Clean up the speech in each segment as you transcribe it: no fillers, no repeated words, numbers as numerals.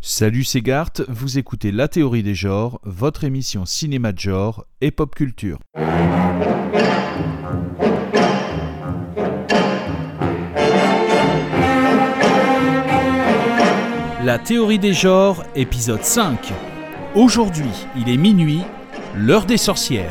Salut, c'est Gart, vous écoutez La Théorie des genres, votre émission cinéma de genre et pop culture. La Théorie des genres, épisode 5. Aujourd'hui, il est minuit, l'heure des sorcières.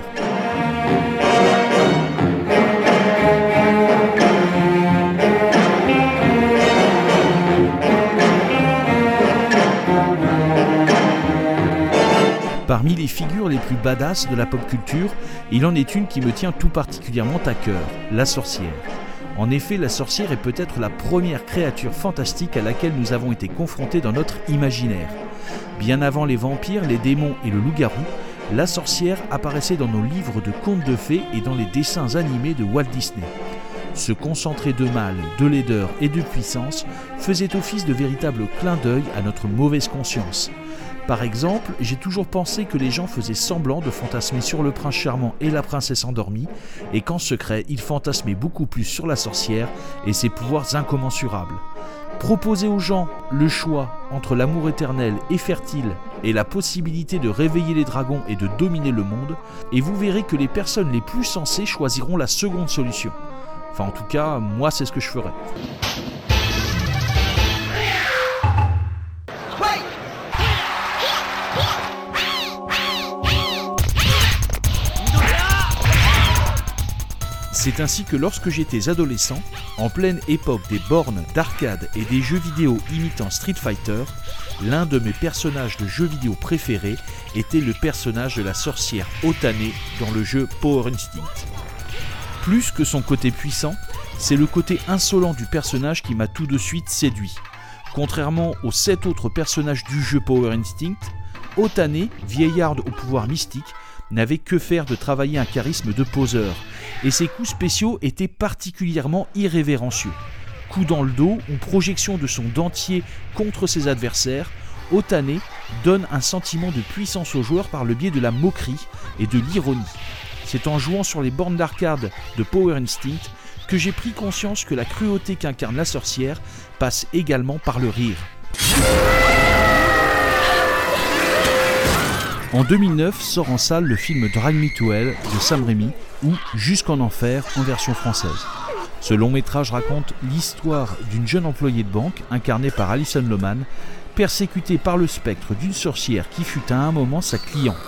Parmi les figures les plus badass de la pop culture, il en est une qui me tient tout particulièrement à cœur, la sorcière. En effet, la sorcière est peut-être la première créature fantastique à laquelle nous avons été confrontés dans notre imaginaire. Bien avant les vampires, les démons et le loup-garou, la sorcière apparaissait dans nos livres de contes de fées et dans les dessins animés de Walt Disney. Ce concentré de mal, de laideur et de puissance faisait office de véritable clin d'œil à notre mauvaise conscience. Par exemple, j'ai toujours pensé que les gens faisaient semblant de fantasmer sur le prince charmant et la princesse endormie, et qu'en secret, ils fantasmaient beaucoup plus sur la sorcière et ses pouvoirs incommensurables. Proposer aux gens le choix entre l'amour éternel et fertile et la possibilité de réveiller les dragons et de dominer le monde, et vous verrez que les personnes les plus sensées choisiront la seconde solution. Enfin, en tout cas, moi, c'est ce que je ferais. C'est ainsi que lorsque j'étais adolescent, en pleine époque des bornes d'arcade et des jeux vidéo imitant Street Fighter, l'un de mes personnages de jeux vidéo préférés était le personnage de la sorcière Otane dans le jeu Power Instinct. Plus que son côté puissant, c'est le côté insolent du personnage qui m'a tout de suite séduit. Contrairement aux 7 autres personnages du jeu Power Instinct, Otane, vieillarde au pouvoir mystique, n'avait que faire de travailler un charisme de poseur, et ses coups spéciaux étaient particulièrement irrévérencieux. Coups dans le dos ou projection de son dentier contre ses adversaires, Otane donne un sentiment de puissance aux joueurs par le biais de la moquerie et de l'ironie. C'est en jouant sur les bornes d'arcade de Power Instinct que j'ai pris conscience que la cruauté qu'incarne la sorcière passe également par le rire. En 2009 sort en salle le film Drag Me to Hell de Sam Raimi ou Jusqu'en enfer en version française. Ce long métrage raconte l'histoire d'une jeune employée de banque incarnée par Alison Lohman, persécutée par le spectre d'une sorcière qui fut à un moment sa cliente.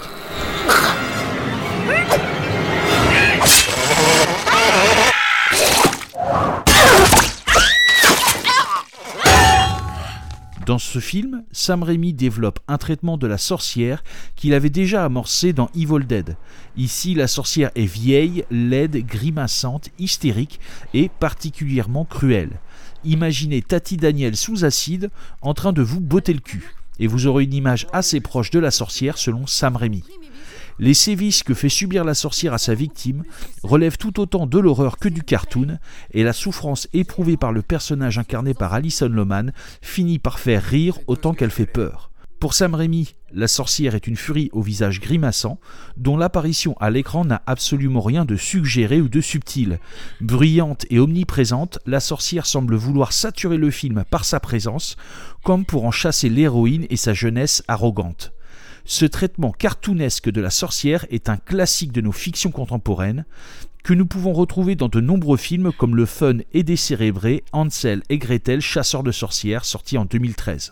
Dans ce film, Sam Raimi développe un traitement de la sorcière qu'il avait déjà amorcé dans Evil Dead. Ici, la sorcière est vieille, laide, grimaçante, hystérique et particulièrement cruelle. Imaginez Tati Daniel sous acide en train de vous botter le cul, et vous aurez une image assez proche de la sorcière selon Sam Raimi. Les sévices que fait subir la sorcière à sa victime relèvent tout autant de l'horreur que du cartoon, et la souffrance éprouvée par le personnage incarné par Alison Lohman finit par faire rire autant qu'elle fait peur. Pour Sam Raimi, la sorcière est une furie au visage grimaçant, dont l'apparition à l'écran n'a absolument rien de suggéré ou de subtil. Bruyante et omniprésente, la sorcière semble vouloir saturer le film par sa présence, comme pour en chasser l'héroïne et sa jeunesse arrogante. Ce traitement cartoonesque de la sorcière est un classique de nos fictions contemporaines, que nous pouvons retrouver dans de nombreux films comme le fun et décérébré Hansel et Gretel, chasseurs de sorcières, sorti en 2013.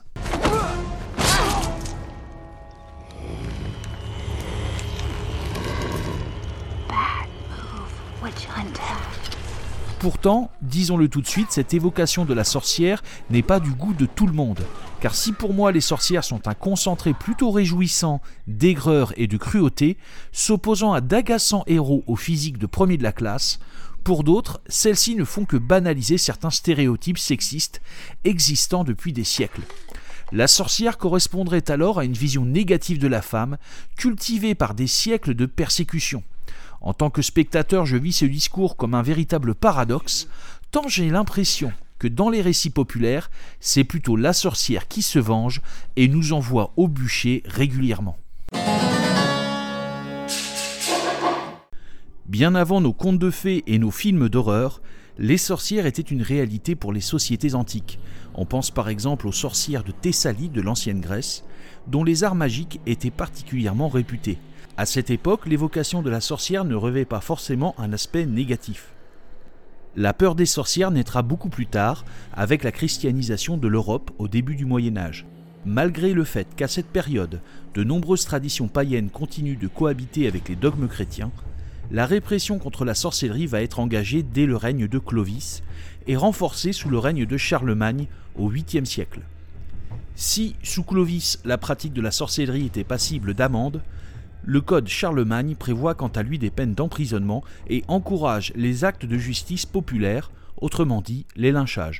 Pourtant, disons-le tout de suite, cette évocation de la sorcière n'est pas du goût de tout le monde. Car si pour moi les sorcières sont un concentré plutôt réjouissant d'aigreur et de cruauté, s'opposant à d'agaçants héros au physique de premier de la classe, pour d'autres, celles-ci ne font que banaliser certains stéréotypes sexistes existant depuis des siècles. La sorcière correspondrait alors à une vision négative de la femme, cultivée par des siècles de persécution. En tant que spectateur, je vis ce discours comme un véritable paradoxe, tant j'ai l'impression que dans les récits populaires, c'est plutôt la sorcière qui se venge et nous envoie au bûcher régulièrement. Bien avant nos contes de fées et nos films d'horreur, les sorcières étaient une réalité pour les sociétés antiques. On pense par exemple aux sorcières de Thessalie de l'ancienne Grèce, dont les arts magiques étaient particulièrement réputés. À cette époque, l'évocation de la sorcière ne revêt pas forcément un aspect négatif. La peur des sorcières naîtra beaucoup plus tard, avec la christianisation de l'Europe au début du Moyen-Âge. Malgré le fait qu'à cette période, de nombreuses traditions païennes continuent de cohabiter avec les dogmes chrétiens, la répression contre la sorcellerie va être engagée dès le règne de Clovis et renforcée sous le règne de Charlemagne au 8e siècle. Si, sous Clovis, la pratique de la sorcellerie était passible d'amende, le code Charlemagne prévoit quant à lui des peines d'emprisonnement et encourage les actes de justice populaire, autrement dit les lynchages.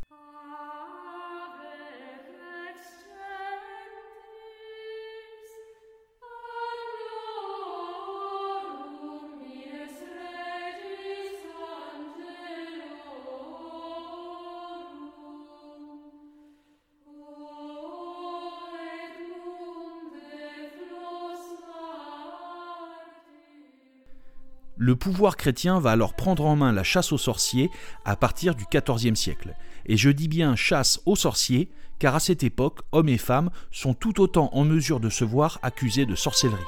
Le pouvoir chrétien va alors prendre en main la chasse aux sorciers à partir du XIVe siècle. Et je dis bien chasse aux sorciers, car à cette époque, hommes et femmes sont tout autant en mesure de se voir accusés de sorcellerie.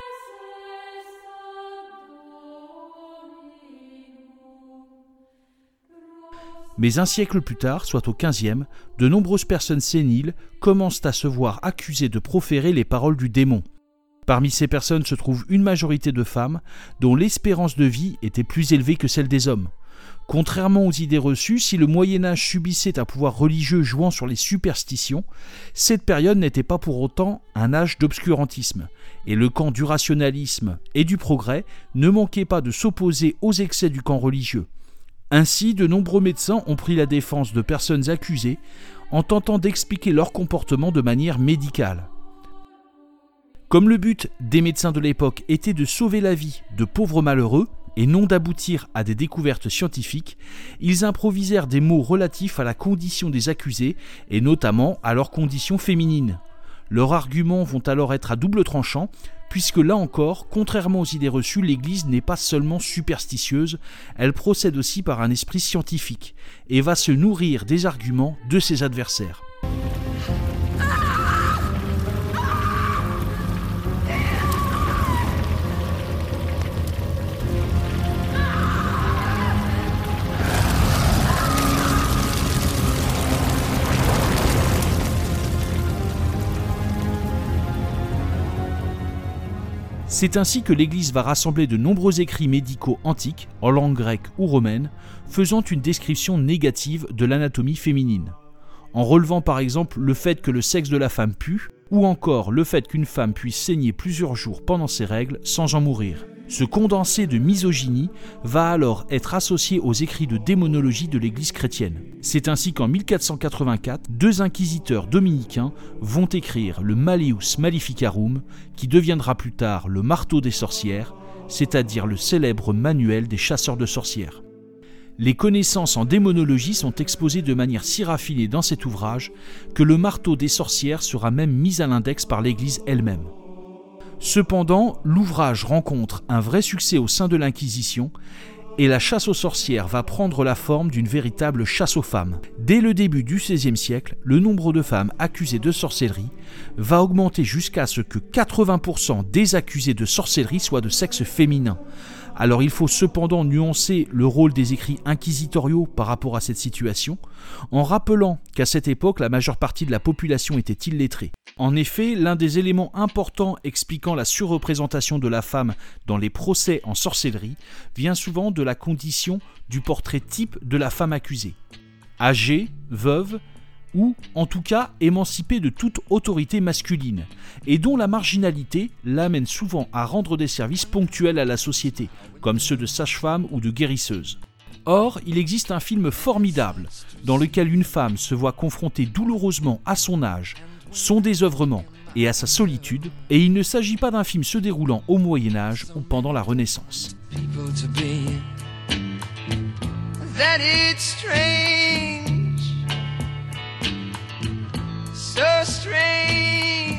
Mais un siècle plus tard, soit au XVe, de nombreuses personnes séniles commencent à se voir accusées de proférer les paroles du démon. Parmi ces personnes se trouve une majorité de femmes dont l'espérance de vie était plus élevée que celle des hommes. Contrairement aux idées reçues, si le Moyen-Âge subissait un pouvoir religieux jouant sur les superstitions, cette période n'était pas pour autant un âge d'obscurantisme, et le camp du rationalisme et du progrès ne manquait pas de s'opposer aux excès du camp religieux. Ainsi, de nombreux médecins ont pris la défense de personnes accusées en tentant d'expliquer leur comportement de manière médicale. Comme le but des médecins de l'époque était de sauver la vie de pauvres malheureux et non d'aboutir à des découvertes scientifiques, ils improvisèrent des mots relatifs à la condition des accusés et notamment à leur condition féminine. Leurs arguments vont alors être à double tranchant, puisque là encore, contrairement aux idées reçues, l'Église n'est pas seulement superstitieuse, elle procède aussi par un esprit scientifique et va se nourrir des arguments de ses adversaires. C'est ainsi que l'Église va rassembler de nombreux écrits médicaux antiques, en langue grecque ou romaine, faisant une description négative de l'anatomie féminine. En relevant par exemple le fait que le sexe de la femme pue, ou encore le fait qu'une femme puisse saigner plusieurs jours pendant ses règles sans en mourir. Ce condensé de misogynie va alors être associé aux écrits de démonologie de l'Église chrétienne. C'est ainsi qu'en 1484, deux inquisiteurs dominicains vont écrire le Malleus Maleficarum, qui deviendra plus tard le marteau des sorcières, c'est-à-dire le célèbre manuel des chasseurs de sorcières. Les connaissances en démonologie sont exposées de manière si raffinée dans cet ouvrage que le marteau des sorcières sera même mis à l'index par l'Église elle-même. Cependant, l'ouvrage rencontre un vrai succès au sein de l'Inquisition et la chasse aux sorcières va prendre la forme d'une véritable chasse aux femmes. Dès le début du XVIe siècle, le nombre de femmes accusées de sorcellerie va augmenter jusqu'à ce que 80% des accusés de sorcellerie soient de sexe féminin. Alors il faut cependant nuancer le rôle des écrits inquisitoriaux par rapport à cette situation, en rappelant qu'à cette époque, la majeure partie de la population était illettrée. En effet, l'un des éléments importants expliquant la surreprésentation de la femme dans les procès en sorcellerie vient souvent de la condition du portrait type de la femme accusée. Âgée, veuve, ou en tout cas émancipée de toute autorité masculine, et dont la marginalité l'amène souvent à rendre des services ponctuels à la société, comme ceux de sage-femme ou de guérisseuse. Or, il existe un film formidable, dans lequel une femme se voit confrontée douloureusement à son âge, son désœuvrement et à sa solitude, et il ne s'agit pas d'un film se déroulant au Moyen-Âge ou pendant la Renaissance. So strange,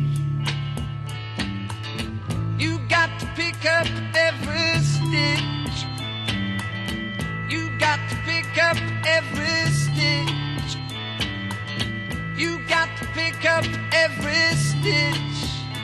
you got to pick up every stitch. You got to pick up every stitch. stitch.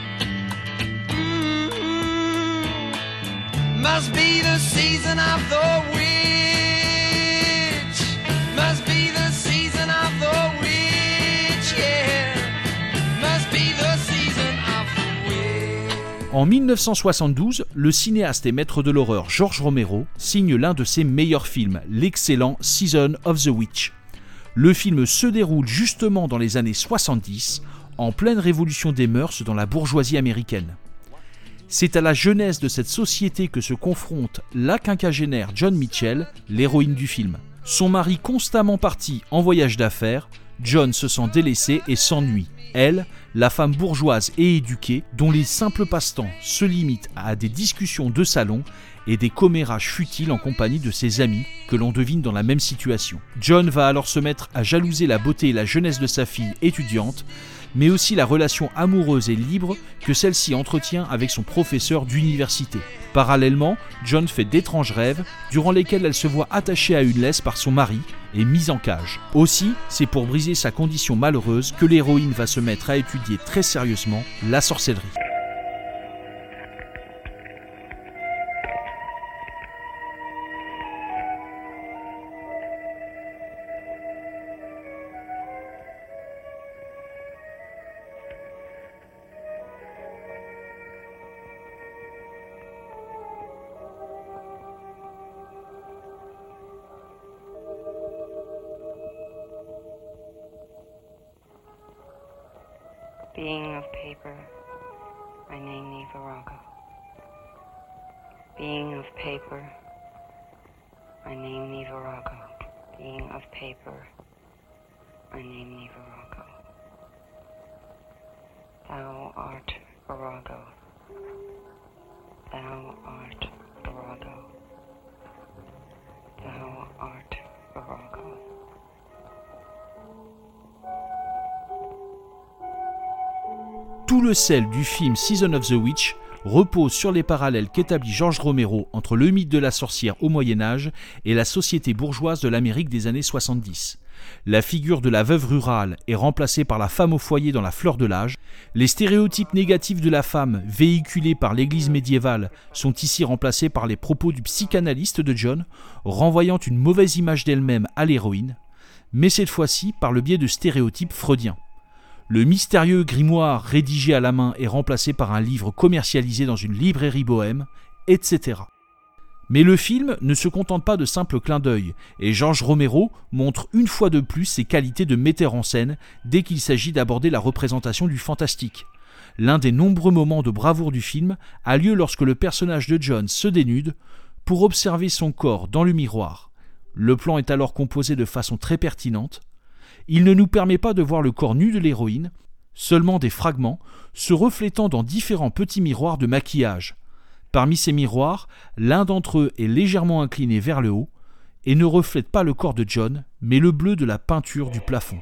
Must be the season of the witch. Must be the season of the witch, yeah. Must be the season of the witch. En 1972, le cinéaste et maître de l'horreur George Romero signe l'un de ses meilleurs films, l'excellent Season of the Witch. Le film se déroule justement dans les années 70, en pleine révolution des mœurs dans la bourgeoisie américaine. C'est à la jeunesse de cette société que se confronte la quinquagénaire John Mitchell, l'héroïne du film. Son mari constamment parti en voyage d'affaires, John se sent délaissé et s'ennuie. Elle, la femme bourgeoise et éduquée, dont les simples passe-temps se limitent à des discussions de salon et des commérages futiles en compagnie de ses amis que l'on devine dans la même situation. John va alors se mettre à jalouser la beauté et la jeunesse de sa fille étudiante, mais aussi la relation amoureuse et libre que celle-ci entretient avec son professeur d'université. Parallèlement, John fait d'étranges rêves, durant lesquels elle se voit attachée à une laisse par son mari et mise en cage. Aussi, c'est pour briser sa condition malheureuse que l'héroïne va se mettre à étudier très sérieusement la sorcellerie. Being of paper, I name thee Virago. Being of paper, I name thee Virago. Being of paper, I name thee Virago. Thou art Virago. Thou art Virago. Thou art Virago. Tout le sel du film Season of the Witch repose sur les parallèles qu'établit George Romero entre le mythe de la sorcière au Moyen-Âge et la société bourgeoise de l'Amérique des années 70. La figure de la veuve rurale est remplacée par la femme au foyer dans la fleur de l'âge. Les stéréotypes négatifs de la femme véhiculés par l'église médiévale sont ici remplacés par les propos du psychanalyste de John, renvoyant une mauvaise image d'elle-même à l'héroïne, mais cette fois-ci par le biais de stéréotypes freudiens. Le mystérieux grimoire rédigé à la main est remplacé par un livre commercialisé dans une librairie bohème, etc. Mais le film ne se contente pas de simples clins d'œil, et George Romero montre une fois de plus ses qualités de metteur en scène dès qu'il s'agit d'aborder la représentation du fantastique. L'un des nombreux moments de bravoure du film a lieu lorsque le personnage de John se dénude pour observer son corps dans le miroir. Le plan est alors composé de façon très pertinente. Il ne nous permet pas de voir le corps nu de l'héroïne, seulement des fragments se reflétant dans différents petits miroirs de maquillage. Parmi ces miroirs, l'un d'entre eux est légèrement incliné vers le haut et ne reflète pas le corps de John, mais le bleu de la peinture du plafond.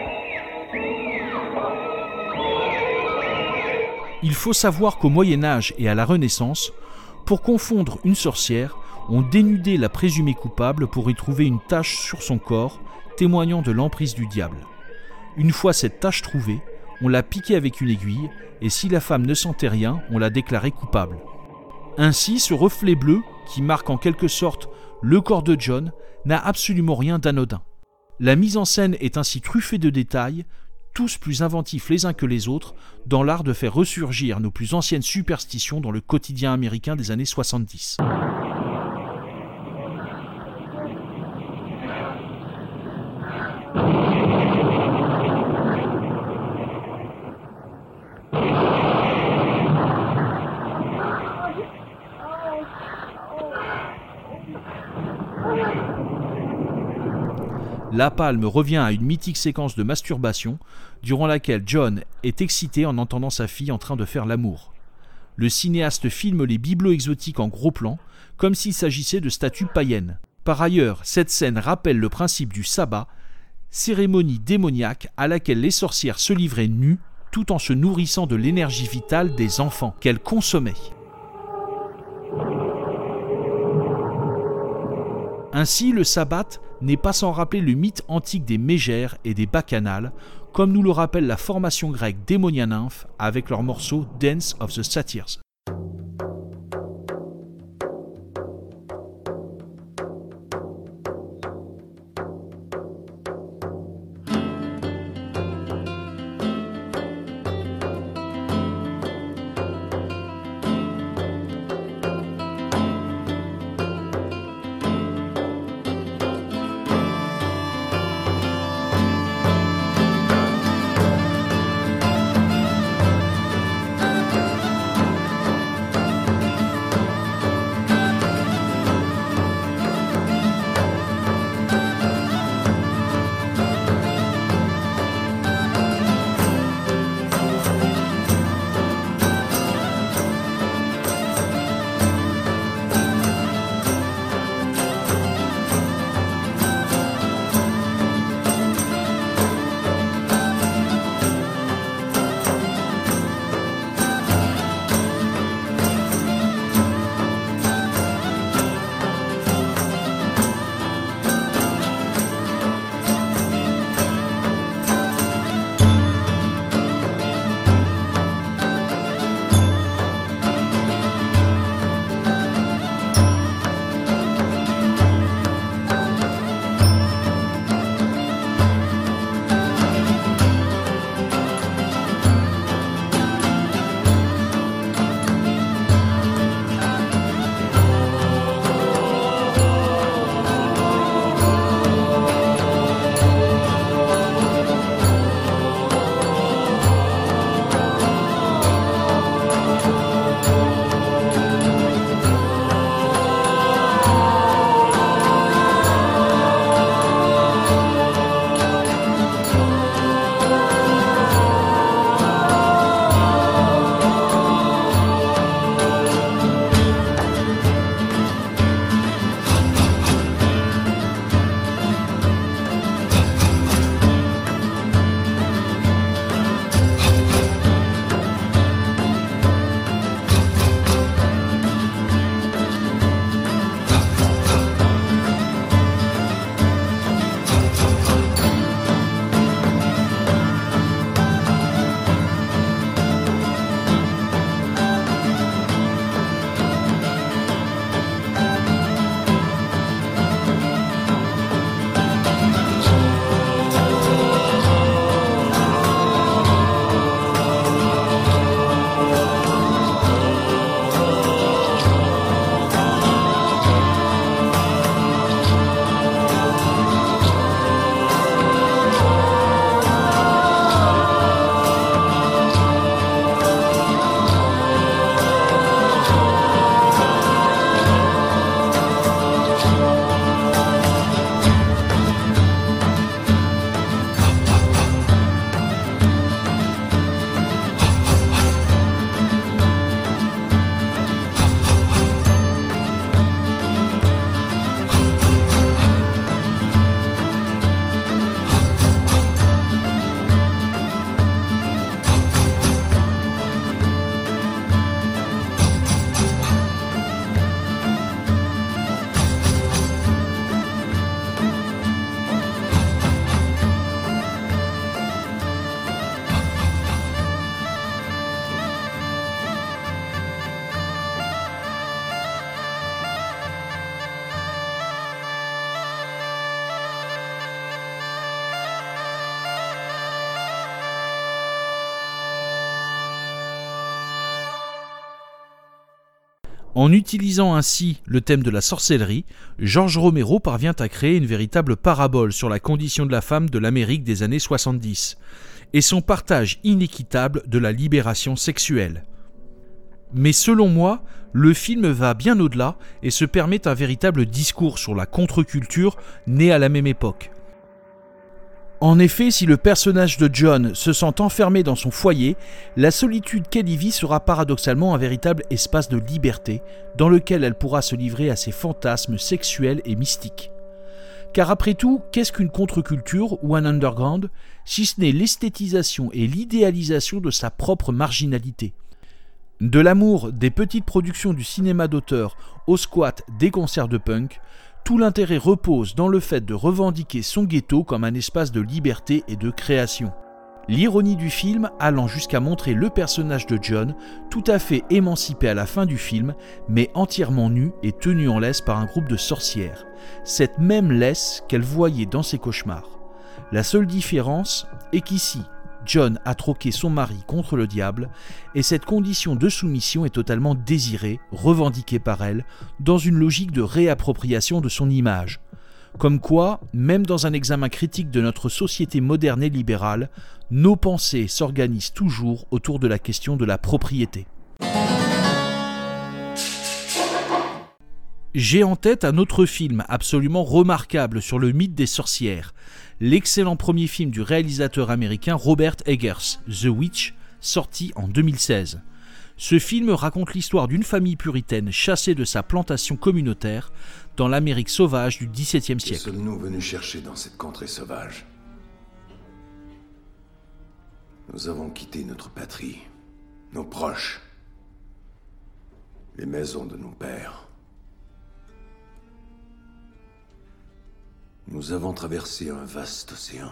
Il faut savoir qu'au Moyen-Âge et à la Renaissance, pour confondre une sorcière, on dénudait la présumée coupable pour y trouver une tache sur son corps, témoignant de l'emprise du diable. Une fois cette tache trouvée, on la piquait avec une aiguille, et si la femme ne sentait rien, on la déclarait coupable. Ainsi, ce reflet bleu, qui marque en quelque sorte le corps de John, n'a absolument rien d'anodin. La mise en scène est ainsi truffée de détails, tous plus inventifs les uns que les autres, dans l'art de faire ressurgir nos plus anciennes superstitions dans le quotidien américain des années 70. La Palme revient à une mythique séquence de masturbation, durant laquelle John est excité en entendant sa fille en train de faire l'amour. Le cinéaste filme les bibelots exotiques en gros plan, comme s'il s'agissait de statues païennes. Par ailleurs, cette scène rappelle le principe du sabbat, cérémonie démoniaque à laquelle les sorcières se livraient nues, tout en se nourrissant de l'énergie vitale des enfants qu'elles consommaient. Ainsi, le sabbat n'est pas sans rappeler le mythe antique des mégères et des bacchanales, comme nous le rappelle la formation grecque Démonia Nymph avec leur morceau Dance of the Satyrs. En utilisant ainsi le thème de la sorcellerie, George Romero parvient à créer une véritable parabole sur la condition de la femme de l'Amérique des années 70 et son partage inéquitable de la libération sexuelle. Mais selon moi, le film va bien au-delà et se permet un véritable discours sur la contre-culture née à la même époque. En effet, si le personnage de John se sent enfermé dans son foyer, la solitude qu'elle y vit sera paradoxalement un véritable espace de liberté dans lequel elle pourra se livrer à ses fantasmes sexuels et mystiques. Car après tout, qu'est-ce qu'une contre-culture ou un underground, si ce n'est l'esthétisation et l'idéalisation de sa propre marginalité ? De l'amour des petites productions du cinéma d'auteur au squat des concerts de punk, tout l'intérêt repose dans le fait de revendiquer son ghetto comme un espace de liberté et de création. L'ironie du film allant jusqu'à montrer le personnage de John tout à fait émancipé à la fin du film, mais entièrement nu et tenu en laisse par un groupe de sorcières. Cette même laisse qu'elle voyait dans ses cauchemars. La seule différence est qu'ici, John a troqué son mari contre le diable et cette condition de soumission est totalement désirée, revendiquée par elle, dans une logique de réappropriation de son image. Comme quoi, même dans un examen critique de notre société moderne et libérale, nos pensées s'organisent toujours autour de la question de la propriété. J'ai en tête un autre film absolument remarquable sur le mythe des sorcières, l'excellent premier film du réalisateur américain Robert Eggers, The Witch, sorti en 2016. Ce film raconte l'histoire d'une famille puritaine chassée de sa plantation communautaire dans l'Amérique sauvage du XVIIe siècle. Que sommes-nous venus chercher dans cette contrée sauvage? Nous avons quitté notre patrie, nos proches, les maisons de nos pères. Nous avons traversé un vaste océan.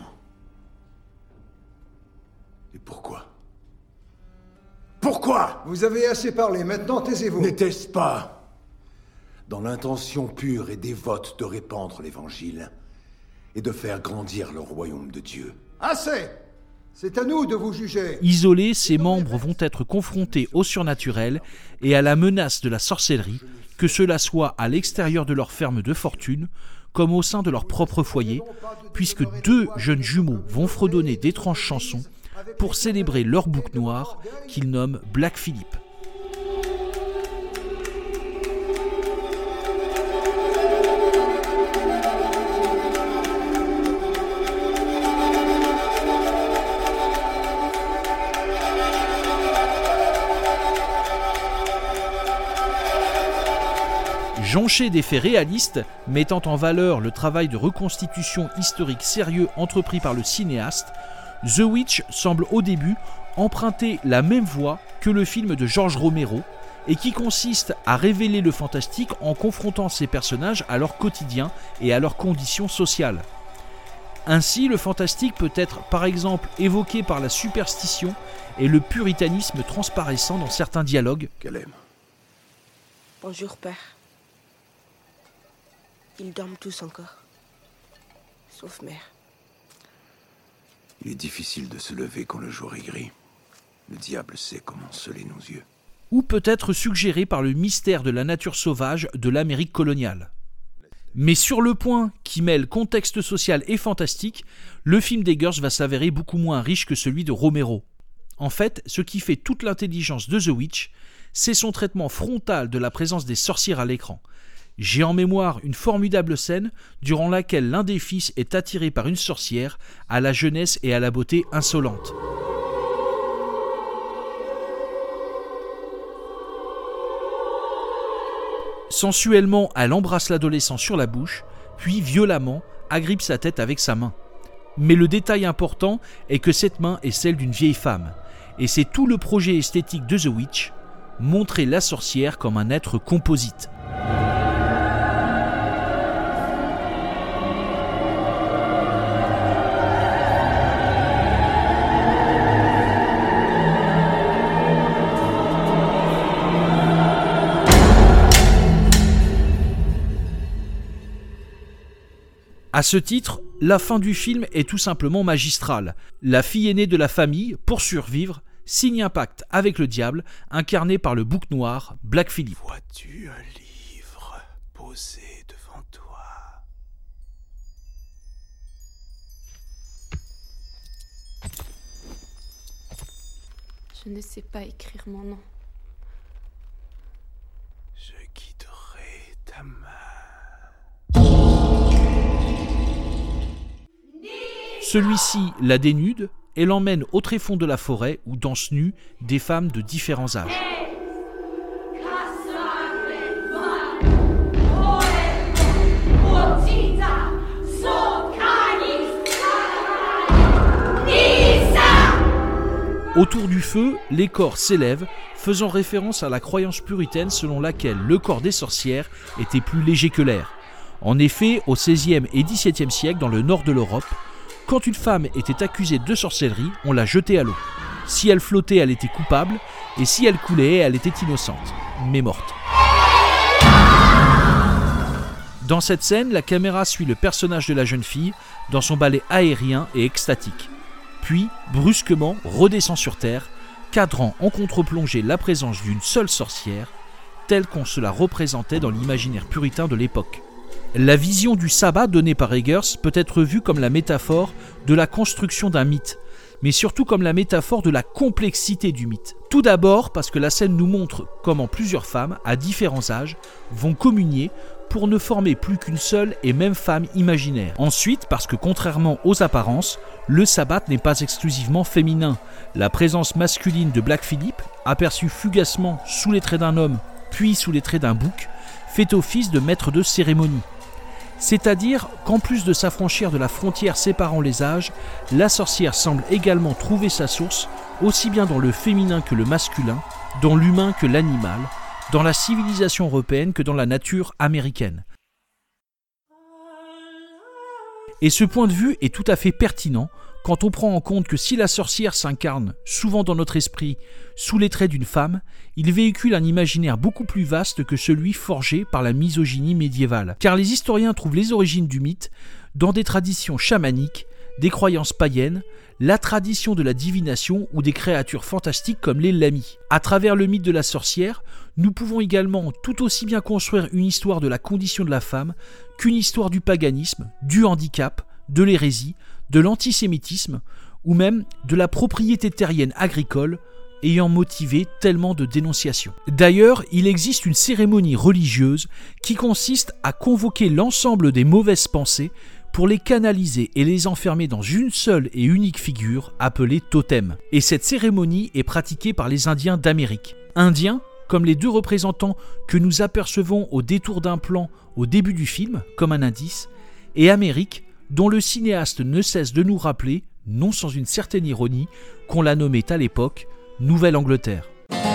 Et pourquoi? Pourquoi? Vous avez assez parlé, maintenant taisez-vous. N'était-ce pas dans l'intention pure et dévote de répandre l'évangile et de faire grandir le royaume de Dieu? Assez! C'est à nous de vous juger. Isolés, ces membres vont être confrontés au surnaturel et à la menace de la sorcellerie, que cela soit à l'extérieur de leur ferme de fortune, comme au sein de leur propre foyer, puisque deux jeunes jumeaux vont fredonner d'étranges chansons pour célébrer leur bouc noir qu'ils nomment Black Phillip. Jonché des faits réalistes, mettant en valeur le travail de reconstitution historique sérieux entrepris par le cinéaste, The Witch semble au début emprunter la même voie que le film de George Romero et qui consiste à révéler le fantastique en confrontant ses personnages à leur quotidien et à leurs conditions sociales. Ainsi, le fantastique peut être par exemple évoqué par la superstition et le puritanisme transparaissant dans certains dialogues. Qu'elle aime. Bonjour, père. Ils dorment tous encore. Sauf mère. Il est difficile de se lever quand le jour est gris. Le diable sait comment sceller nos yeux. Ou peut être suggéré par le mystère de la nature sauvage de l'Amérique coloniale. Mais sur le point qui mêle contexte social et fantastique, le film d'Eggers va s'avérer beaucoup moins riche que celui de Romero. En fait, ce qui fait toute l'intelligence de The Witch, c'est son traitement frontal de la présence des sorcières à l'écran. J'ai en mémoire une formidable scène durant laquelle l'un des fils est attiré par une sorcière à la jeunesse et à la beauté insolente. Sensuellement, elle embrasse l'adolescent sur la bouche, puis violemment agrippe sa tête avec sa main. Mais le détail important est que cette main est celle d'une vieille femme, et c'est tout le projet esthétique de The Witch, montrer la sorcière comme un être composite. À ce titre, la fin du film est tout simplement magistrale. La fille aînée de la famille, pour survivre, signe un pacte avec le diable, incarné par le bouc noir, Black Phillip. Vois-tu un livre posé devant toi? Je ne sais pas écrire mon nom. Je guiderai ta main. Celui-ci la dénude et l'emmène au tréfonds de la forêt où dansent nues des femmes de différents âges. Autour du feu, les corps s'élèvent, faisant référence à la croyance puritaine selon laquelle le corps des sorcières était plus léger que l'air. En effet, au XVIe et XVIIe siècle, dans le nord de l'Europe, Quand une femme était accusée de sorcellerie, on la jetait à l'eau. Si elle flottait, elle était coupable, et si elle coulait, elle était innocente, mais morte. Dans cette scène, la caméra suit le personnage de la jeune fille dans son balai aérien et extatique. Puis, brusquement, redescend sur Terre, cadrant en contre-plongée la présence d'une seule sorcière, telle qu'on se la représentait dans l'imaginaire puritain de l'époque. La vision du sabbat donnée par Eggers peut être vue comme la métaphore de la construction d'un mythe, mais surtout comme la métaphore de la complexité du mythe. Tout d'abord parce que la scène nous montre comment plusieurs femmes, à différents âges, vont communier pour ne former plus qu'une seule et même femme imaginaire. Ensuite, parce que contrairement aux apparences, le sabbat n'est pas exclusivement féminin. La présence masculine de Black Phillip, aperçue fugacement sous les traits d'un homme, puis sous les traits d'un bouc, fait office de maître de cérémonie. C'est-à-dire qu'en plus de s'affranchir de la frontière séparant les âges, la sorcière semble également trouver sa source aussi bien dans le féminin que le masculin, dans l'humain que l'animal, dans la civilisation européenne que dans la nature américaine. Et ce point de vue est tout à fait pertinent quand on prend en compte que si la sorcière s'incarne, souvent dans notre esprit, sous les traits d'une femme, il véhicule un imaginaire beaucoup plus vaste que celui forgé par la misogynie médiévale. Car les historiens trouvent les origines du mythe dans des traditions chamaniques, des croyances païennes, la tradition de la divination ou des créatures fantastiques comme les lamis. À travers le mythe de la sorcière, nous pouvons également tout aussi bien construire une histoire de la condition de la femme qu'une histoire du paganisme, du handicap, de l'hérésie, de l'antisémitisme ou même de la propriété terrienne agricole ayant motivé tellement de dénonciations. D'ailleurs, il existe une cérémonie religieuse qui consiste à convoquer l'ensemble des mauvaises pensées pour les canaliser et les enfermer dans une seule et unique figure appelée totem. Et cette cérémonie est pratiquée par les Indiens d'Amérique. Indiens, comme les deux représentants que nous apercevons au détour d'un plan au début du film, comme un indice, et Amérique, dont le cinéaste ne cesse de nous rappeler, non sans une certaine ironie, qu'on la nommait à l'époque Nouvelle-Angleterre.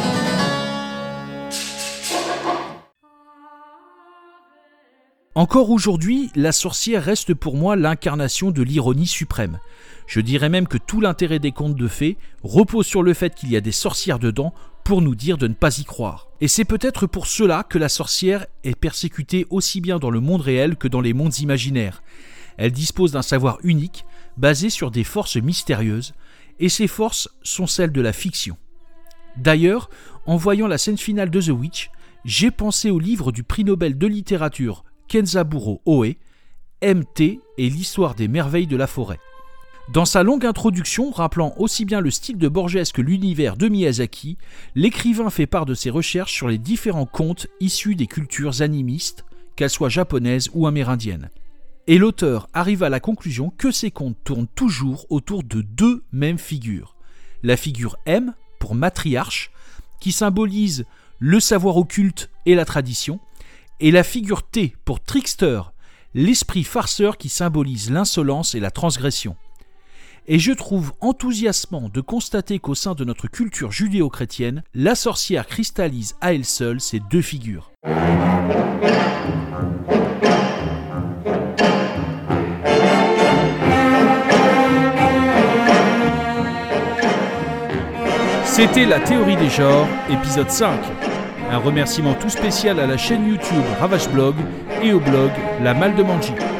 Encore aujourd'hui, la sorcière reste pour moi l'incarnation de l'ironie suprême. Je dirais même que tout l'intérêt des contes de fées repose sur le fait qu'il y a des sorcières dedans pour nous dire de ne pas y croire. Et c'est peut-être pour cela que la sorcière est persécutée aussi bien dans le monde réel que dans les mondes imaginaires. Elle dispose d'un savoir unique, basé sur des forces mystérieuses, et ces forces sont celles de la fiction. D'ailleurs, en voyant la scène finale de The Witch, j'ai pensé au livre du prix Nobel de littérature Kenzaburo Oe, MT et l'histoire des merveilles de la forêt. Dans sa longue introduction, rappelant aussi bien le style de Borges que l'univers de Miyazaki, l'écrivain fait part de ses recherches sur les différents contes issus des cultures animistes, qu'elles soient japonaises ou amérindiennes. Et l'auteur arrive à la conclusion que ces contes tournent toujours autour de deux mêmes figures. La figure M, pour matriarche, qui symbolise le savoir occulte et la tradition, et la figure T, pour trickster, l'esprit farceur qui symbolise l'insolence et la transgression. Et je trouve enthousiasmant de constater qu'au sein de notre culture judéo-chrétienne, la sorcière cristallise à elle seule ces deux figures. C'était La Théorie des genres, épisode 5. Un remerciement tout spécial à la chaîne YouTube Ravage Blog et au blog La Malle de Manji.